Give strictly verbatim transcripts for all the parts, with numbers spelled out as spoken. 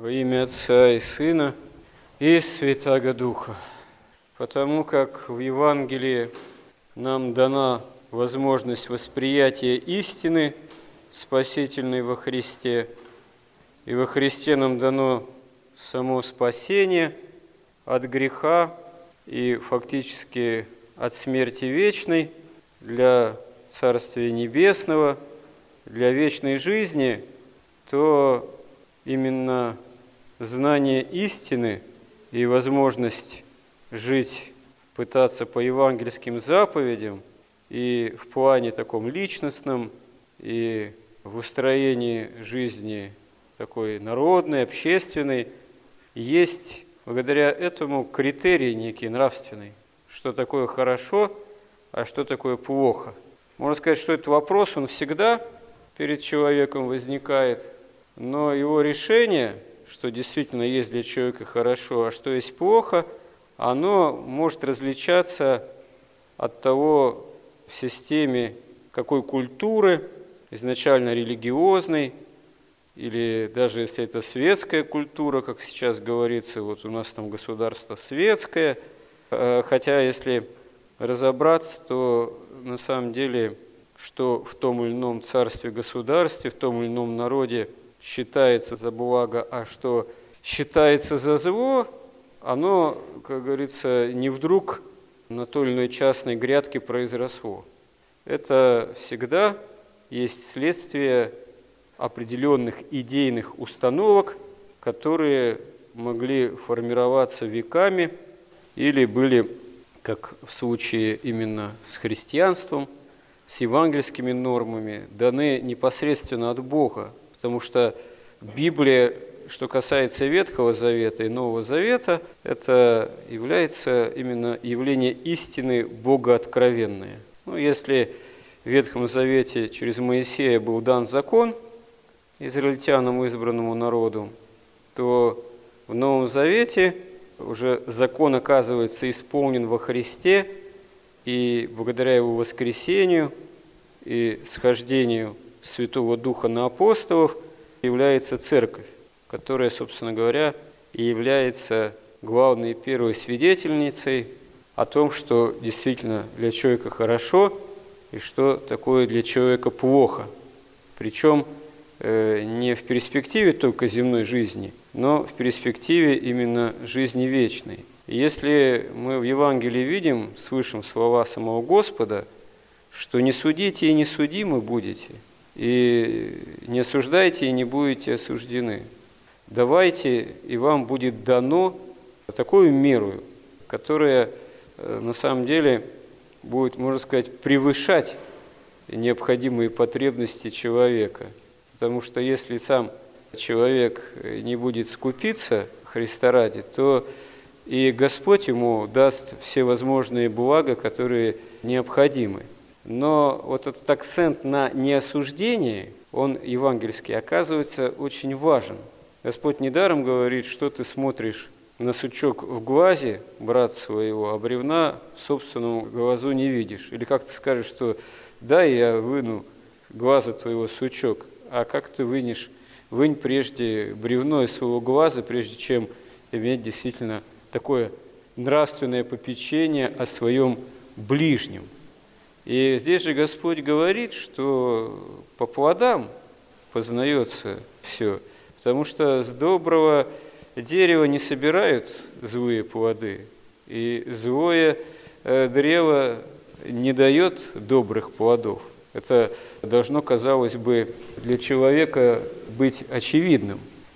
Во имя Отца и Сына и Святаго Духа. Потому как в Евангелии нам дана возможность восприятия истины, спасительной во Христе, и во Христе нам дано само спасение от греха и фактически от смерти вечной для Царствия Небесного, для вечной жизни, то именно знание истины и возможность жить, пытаться по евангельским заповедям и в плане таком личностном, и в устроении жизни такой народной, общественной, есть благодаря этому критерий некий нравственный, что такое хорошо, а что такое плохо. Можно сказать, что этот вопрос, он всегда перед человеком возникает, но его решение, что действительно есть для человека хорошо, а что есть плохо, оно может различаться от того в системе какой культуры, изначально религиозной, или даже если это светская культура, как сейчас говорится, вот у нас там государство светское, хотя если разобраться, то на самом деле, что в том или ином царстве-государстве, в том или ином народе считается за благо, а что считается за зло, оно, как говорится, не вдруг на той или иной частной грядке произросло. Это всегда есть следствие определенных идейных установок, которые могли формироваться веками или были, как в случае именно с христианством, с евангельскими нормами, даны непосредственно от Бога. Потому что Библия, что касается Ветхого Завета и Нового Завета, это является именно явление истины богооткровенное. Ну, если в Ветхом Завете через Моисея был дан закон израильтянам, избранному народу, то в Новом Завете уже закон оказывается исполнен во Христе, и благодаря Его воскресению и схождению Святого Духа на апостолов является Церковь, которая, собственно говоря, и является главной и первой свидетельницей о том, что действительно для человека хорошо и что такое для человека плохо. Причем э, не в перспективе только земной жизни, но в перспективе именно жизни вечной. И если мы в Евангелии видим, слышим слова самого Господа, что «не судите и не судимы будете», и «не осуждайте и не будете осуждены». Давайте, и вам будет дано такую меру, которая на самом деле будет, можно сказать, превышать необходимые потребности человека. Потому что если сам человек не будет скупиться Христа ради, то и Господь ему даст все возможные блага, которые необходимы. Но вот этот акцент на неосуждении, он евангельский, оказывается очень важен. Господь недаром говорит, что ты смотришь на сучок в глазе брата своего, а бревна в собственном глазу не видишь. Или как ты скажешь, что дай я выну глаза твоего сучок, а как ты вынешь, вынь прежде бревно из своего глаза, прежде чем иметь действительно такое нравственное попечение о своем ближнем. И здесь же Господь говорит, что по плодам познается все, потому что с доброго дерева не собирают злые плоды, и злое древо не дает добрых плодов. Это должно, казалось бы, для человека быть очевидным.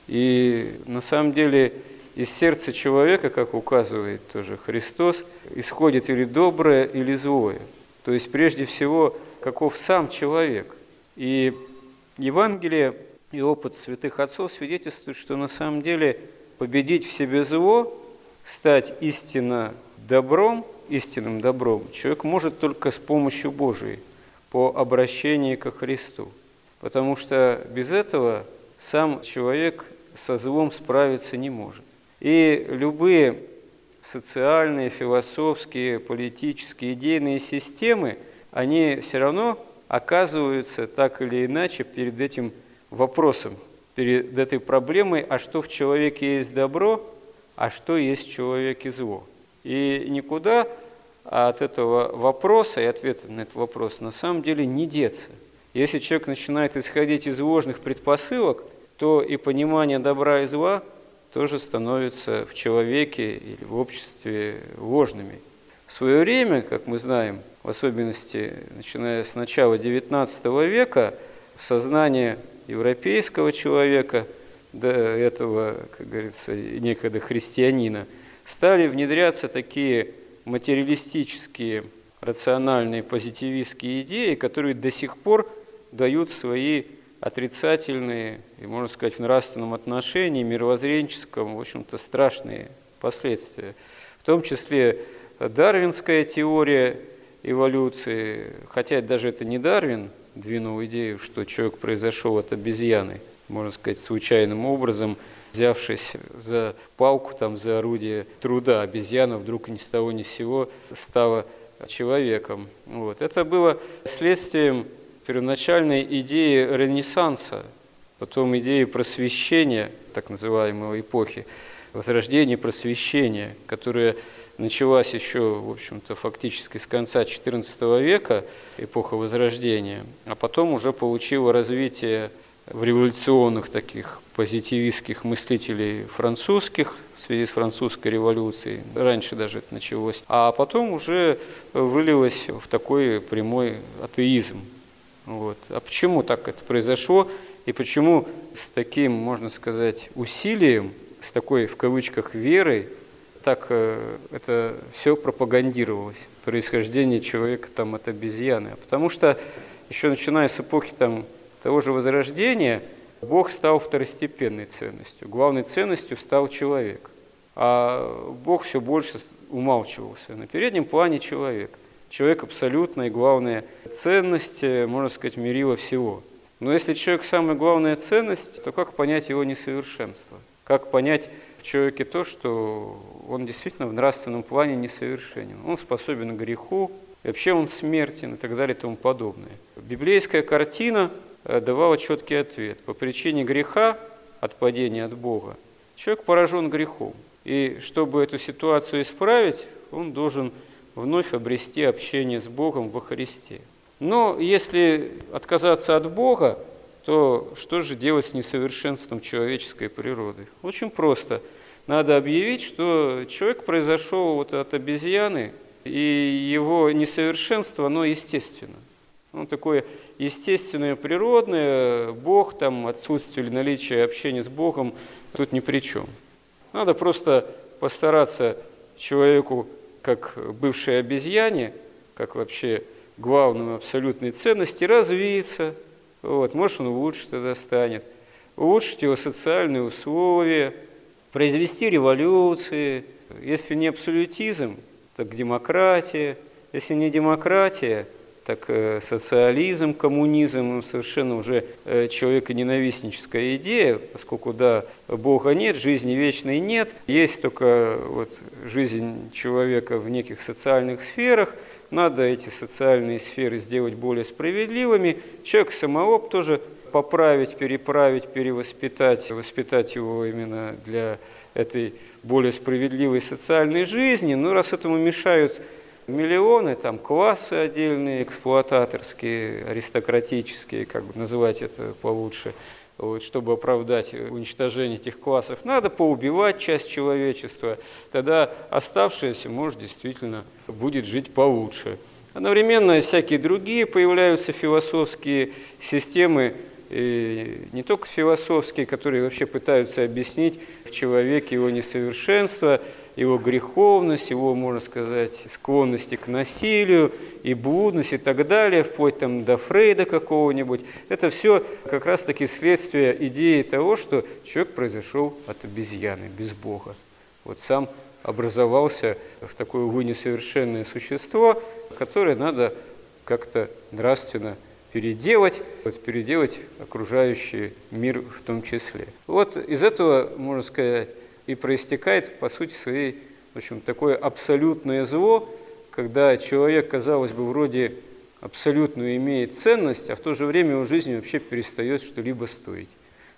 И на самом деле из сердца человека, как указывает тоже Христос, исходит или доброе, или злое. То есть, прежде всего, каков сам человек. И Евангелие и опыт святых отцов свидетельствуют, что на самом деле победить в себе зло, стать истинно добром, истинным добром, человек может только с помощью Божией, по обращению ко Христу. Потому что без этого сам человек со злом справиться не может. И любые социальные, философские, политические, идейные системы, они все равно оказываются так или иначе перед этим вопросом перед этой проблемой, а что в человеке есть добро, а что есть в человеке зло. И никуда от этого вопроса и ответа на этот вопрос на самом деле не деться. Если человек начинает исходить из ложных предпосылок, то и понимание добра и зла тоже становится в человеке или в обществе ложными. В свое время, как мы знаем, в особенности начиная с начала девятнадцатого века, в сознание европейского человека, до этого, как говорится, некогда христианина, стали внедряться такие материалистические, рациональные, позитивистские идеи, которые до сих пор дают свои отрицательные и, можно сказать, в нравственном отношении, мировоззренческом, в общем-то, страшные последствия. В том числе дарвинская теория эволюции, хотя даже это не Дарвин двинул идею, что человек произошел от обезьяны, можно сказать, случайным образом, взявшись за палку, там, за орудие труда, обезьяна вдруг ни с того ни с сего стала человеком. Вот. Это было следствием первоначальной идеи Ренессанса, потом идеи просвещения, так называемой эпохи, возрождения просвещения, которая началась еще, в общем-то, фактически с конца четырнадцатого века, эпоха Возрождения, а потом уже получила развитие в революционных таких позитивистских мыслителей французских в связи с французской революцией, раньше даже это началось, а потом уже вылилось в такой прямой атеизм. Вот. А почему так это произошло и почему с таким, можно сказать, усилием, с такой, в кавычках, верой, так э, это все пропагандировалось, происхождение человека там, от обезьяны. Потому что еще начиная с эпохи там, того же Возрождения, Бог стал второстепенной ценностью. Главной ценностью стал человек. А Бог все больше умалчивался. На переднем плане человек. Человек абсолютная и главная ценность, можно сказать, мерила всего. Но если человек самая главная ценность, то как понять его несовершенство? Как понять в человеке то, что он действительно в нравственном плане несовершенен? Он способен к греху, вообще он смертен и так далее и тому подобное. Библейская картина давала четкий ответ. По причине греха, от падения от Бога, человек поражен грехом. И чтобы эту ситуацию исправить, он должен вновь обрести общение с Богом во Христе. Но если отказаться от Бога, то что же делать с несовершенством человеческой природы? Очень просто. Надо объявить, что человек произошел вот от обезьяны, и его несовершенство, оно естественно. Ну, такое естественное, природное, Бог, там, отсутствие или наличие общения с Богом тут ни при чем. Надо просто постараться человеку, как бывшей обезьяне, как вообще главной абсолютной ценности, развиться. Вот, может, он лучше тогда станет. Улучшить его социальные условия, произвести революции. Если не абсолютизм, так демократия. Если не демократия, так социализм, коммунизм, совершенно уже человеконенавистническая идея, поскольку, да, Бога нет, жизни вечной нет, есть только вот жизнь человека в неких социальных сферах, надо эти социальные сферы сделать более справедливыми, человек самого тоже поправить, переправить, перевоспитать, воспитать его именно для этой более справедливой социальной жизни, но раз этому мешают миллионы, там классы отдельные, эксплуататорские, аристократические, как бы называть это получше, вот, чтобы оправдать уничтожение этих классов, надо поубивать часть человечества, тогда оставшееся, может, действительно будет жить получше. Одновременно всякие другие появляются философские системы, и не только философские, которые вообще пытаются объяснить в человеке его несовершенство, его греховность, его, можно сказать, склонности к насилию и блудность и так далее, вплоть там до Фрейда какого-нибудь. Это все как раз-таки следствие идеи того, что человек произошел от обезьяны, без Бога. Вот сам образовался в такое, увы, несовершенное существо, которое надо как-то нравственно переделать, вот, переделать окружающий мир в том числе. Вот из этого, можно сказать, и проистекает, по сути своей, в общем, такое абсолютное зло, когда человек, казалось бы, вроде абсолютную имеет ценность, а в то же время его жизнь вообще перестает что-либо стоить.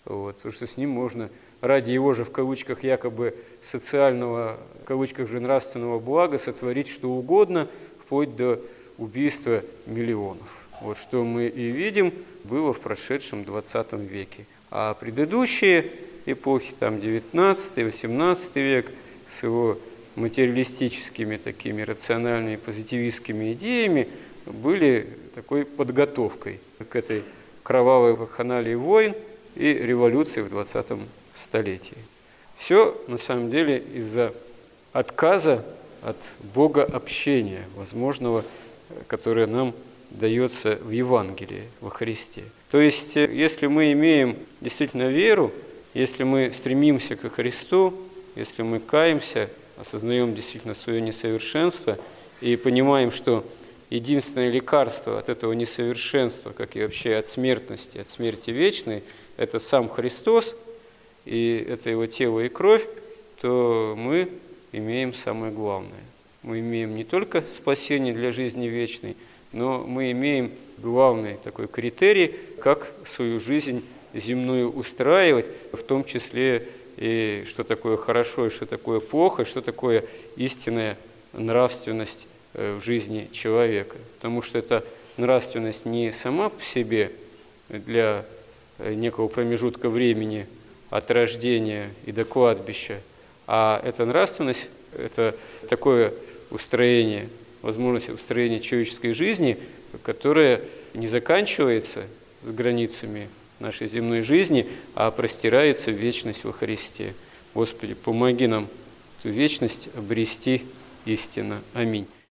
Вот, потому что с ним можно ради его же, в кавычках, якобы социального, в кавычках же нравственного блага сотворить что угодно, вплоть до убийства миллионов. Вот что мы и видим было в прошедшем двадцатом веке. А предыдущие эпохи, там девятнадцатый, восемнадцатый век, с его материалистическими такими рациональными позитивистскими идеями, были такой подготовкой к этой кровавой вакханалии войн и революции в двадцатом столетии. Все, на самом деле, из-за отказа от богообщения, возможного, которое нам дается в Евангелии, во Христе. То есть, если мы имеем действительно веру, если мы стремимся ко Христу, если мы каемся, осознаем действительно свое несовершенство и понимаем, что единственное лекарство от этого несовершенства, как и вообще от смертности, от смерти вечной, это сам Христос, и это Его тело и кровь, то мы имеем самое главное. Мы имеем не только спасение для жизни вечной, но мы имеем главный такой критерий, как свою жизнь земную устраивать, в том числе и что такое хорошо, и что такое плохо, и что такое истинная нравственность в жизни человека. Потому что эта нравственность не сама по себе для некого промежутка времени от рождения и до кладбища, а эта нравственность – это такое устроение, возможность устроения человеческой жизни, которая не заканчивается с границами нашей земной жизни, а простирается в вечность во Христе. Господи, помоги нам эту вечность обрести истинно. Аминь.